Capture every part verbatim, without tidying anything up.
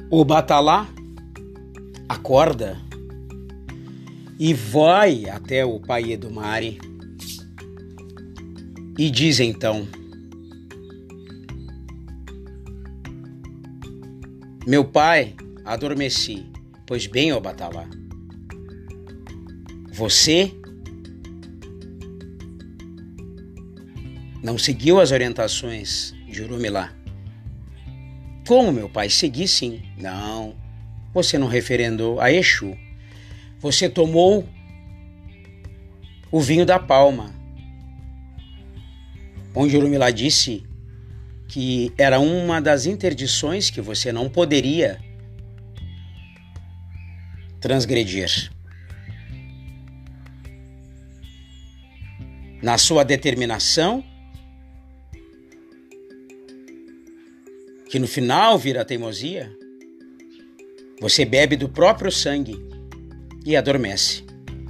O Batalá acorda e vai até o pai Edumare e diz então: meu pai, adormeci. Pois bem, ó Batalá, você não seguiu as orientações de Orumilá. Como, meu pai? Segui sim. Não, você não referendou a Exu. Você tomou o vinho da palma, onde Orumilá disse que era uma das interdições que você não poderia transgredir. Na sua determinação, que no final vira teimosia, você bebe do próprio sangue e adormece.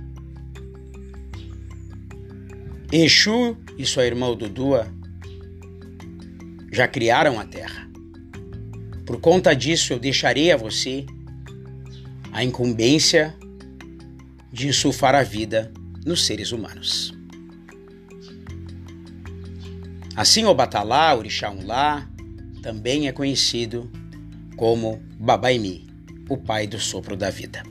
Exu e sua irmã Dudua já criaram a terra. Por conta disso, eu deixarei a você a incumbência de insuflar a vida nos seres humanos. Assim, o Batalá, Orixá Unlá, também é conhecido como Babaimi, o pai do sopro da vida.